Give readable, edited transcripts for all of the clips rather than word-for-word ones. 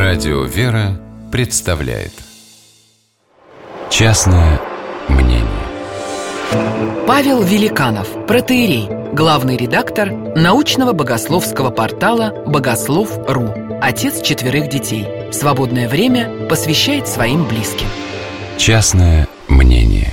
Радио «Вера» представляет «Частное мнение». Павел Великанов, протоиерей, главный редактор научного богословского портала «Богослов.ру», отец 4 детей. Свободное время посвящает своим близким. Частное мнение.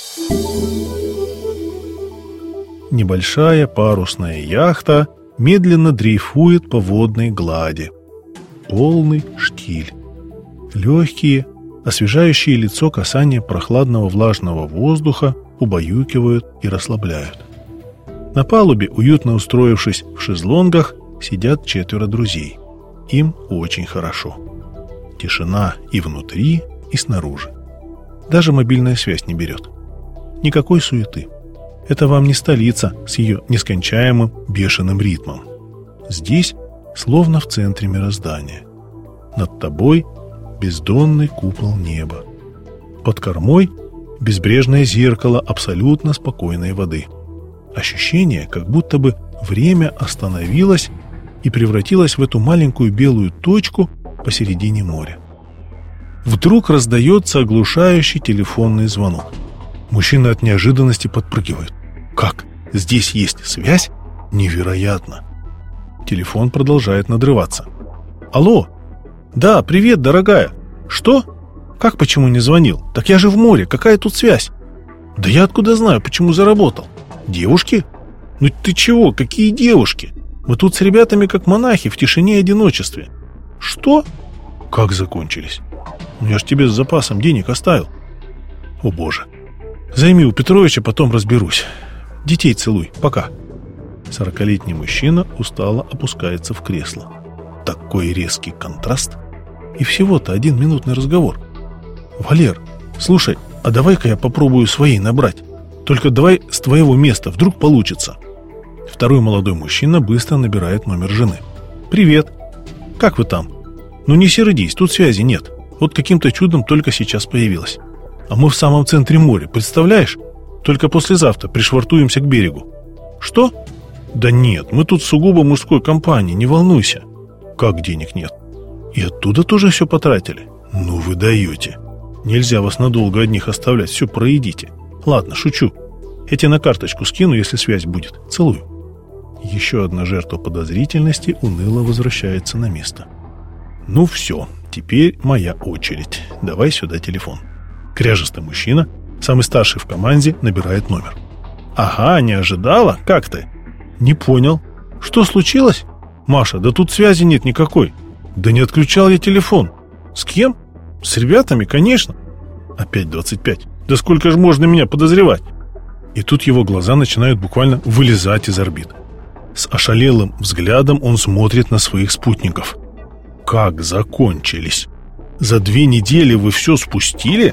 Небольшая парусная яхта медленно дрейфует по водной глади. Полный штиль. Легкие, освежающие лицо касания прохладного влажного воздуха убаюкивают и расслабляют. На палубе, уютно устроившись в шезлонгах, сидят 4 друзей. Им очень хорошо. Тишина и внутри, и снаружи. Даже мобильная связь не берет. Никакой суеты. Это вам не столица с ее нескончаемым бешеным ритмом. Здесь словно в центре мироздания. Над тобой бездонный купол неба. Под кормой безбрежное зеркало абсолютно спокойной воды. Ощущение, как будто бы время остановилось и превратилось в эту маленькую белую точку посередине моря. Вдруг раздается оглушающий телефонный звонок. Мужчины от неожиданности подпрыгивают. Как? Здесь есть связь? Невероятно! Телефон продолжает надрываться. Алло? Да, привет, дорогая. Что? Как почему не звонил? Так я же в море, какая тут связь? Да я откуда знаю, почему заработал? Девушки? Ну ты чего, какие девушки? Мы тут с ребятами как монахи в тишине и одиночестве. Что? Как закончились? Ну я ж тебе с запасом денег оставил. О боже. Займи у Петровича, потом разберусь. Детей целуй, пока. 40-летний мужчина устало опускается в кресло. Такой резкий контраст. И всего-то 1 минутный разговор. Валер, слушай, а давай-ка я попробую своей набрать. Только давай с твоего места, вдруг получится. Второй молодой мужчина быстро набирает номер жены. Привет. Как вы там? Ну не сердись, тут связи нет. Вот каким-то чудом только сейчас появилась. А мы в самом центре моря, представляешь? Только послезавтра пришвартуемся к берегу. Что? Да нет, мы тут сугубо мужской компании, не волнуйся. Как денег нет? И оттуда тоже все потратили? Ну вы даете. Нельзя вас надолго одних оставлять, все проедите. Ладно, шучу. Я тебе на карточку скину, если связь будет. Целую. Еще одна жертва подозрительности уныло возвращается на место. Ну все, теперь моя очередь. Давай сюда телефон. Кряжестый мужчина, самый старший в команде, набирает номер. Ага, не ожидала? Как ты? Не понял. Что случилось? Маша, да тут связи нет никакой. Да не отключал я телефон. С кем? С ребятами, конечно. Опять 25. Да сколько же можно меня подозревать? И тут его глаза начинают буквально вылезать из орбит. С ошалелым взглядом он смотрит на своих спутников. Как закончились? За 2 недели вы все спустили?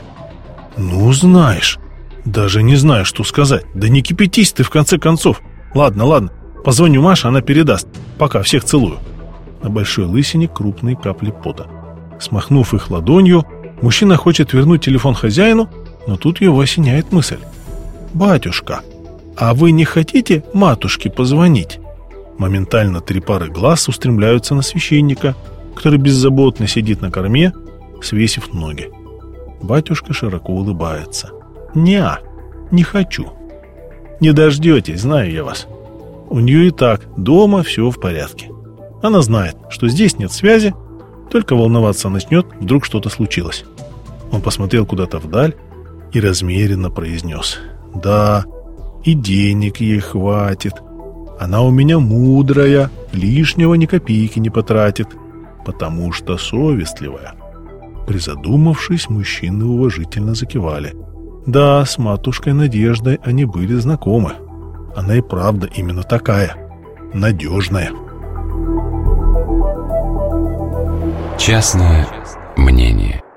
Ну, знаешь. Даже не знаю, что сказать. Да не кипятись ты в конце концов. Ладно. Позвоню Маше, она передаст. Пока, всех целую. На большой лысине крупные капли пота. Смахнув их ладонью, мужчина хочет вернуть телефон хозяину, но тут его осеняет мысль. «Батюшка, а вы не хотите матушке позвонить?» Моментально 3 пары глаз устремляются на священника, который беззаботно сидит на корме, свесив ноги. Батюшка широко улыбается. Не хочу. Не дождетесь, знаю я вас. У нее и так дома все в порядке. Она знает, что здесь нет связи, только волноваться начнет, вдруг что-то случилось. Он посмотрел куда-то вдаль и размеренно произнес: «Да, и денег ей хватит. Она у меня мудрая, лишнего ни копейки не потратит, потому что совестливая». Призадумавшись, мужчины уважительно закивали. Да, с матушкой Надеждой они были знакомы. Она и правда именно такая, надежная. Частное мнение.